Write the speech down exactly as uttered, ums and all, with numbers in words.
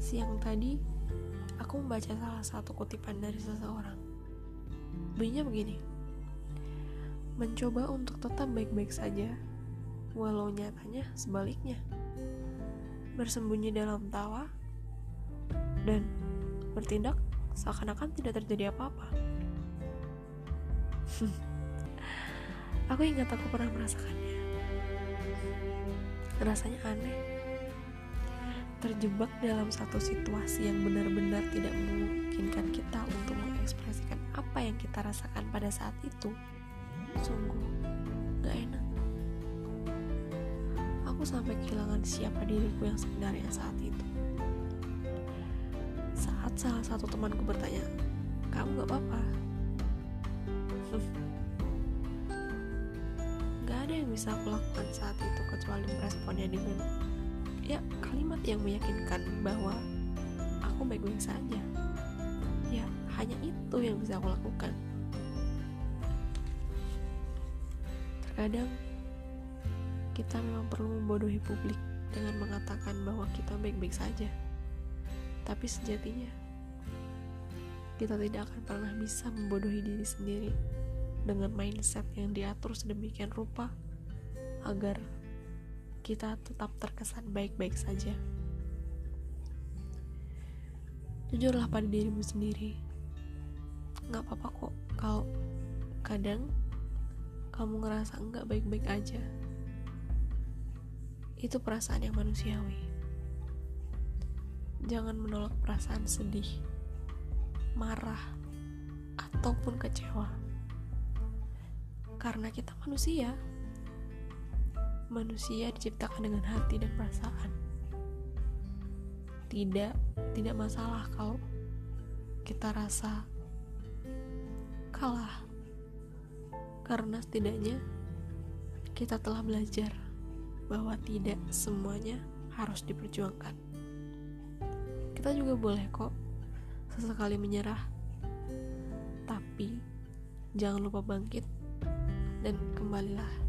Siang tadi, aku membaca salah satu kutipan dari seseorang. Bunyinya begini: mencoba untuk tetap baik-baik saja, walau nyatanya sebaliknya. Bersembunyi dalam tawa, dan bertindak seakan-akan tidak terjadi apa-apa. Aku ingat aku pernah merasakannya. Rasanya aneh. Terjebak dalam satu situasi yang benar-benar tidak memungkinkan kita untuk mengekspresikan apa yang kita rasakan pada saat itu. Sungguh gak enak. Aku sampai kehilangan siapa diriku yang sebenarnya saat itu. Saat salah satu temanku bertanya, "Kamu gak apa-apa?" Gak ada yang bisa aku lakukan saat itu kecuali meresponnya dengan ya kalimat yang meyakinkan bahwa aku baik-baik saja. Ya hanya itu yang bisa aku lakukan. Terkadang kita memang perlu membodohi publik dengan mengatakan bahwa kita baik-baik saja. Tapi sejatinya kita tidak akan pernah bisa membodohi diri sendiri dengan mindset yang diatur sedemikian rupa agar kita tetap terkesan baik-baik saja. Jujurlah pada dirimu sendiri. Gak apa-apa kok kalau kadang kamu ngerasa enggak baik-baik aja. Itu perasaan yang manusiawi. Jangan menolak perasaan sedih, marah, ataupun kecewa. Karena kita manusia. Manusia diciptakan dengan hati dan perasaan. Tidak, tidak masalah kalau kita rasa kalah. Karena setidaknya kita telah belajar bahwa tidak semuanya harus diperjuangkan. Kita juga boleh kok sesekali menyerah, tapi jangan lupa bangkit dan kembalilah.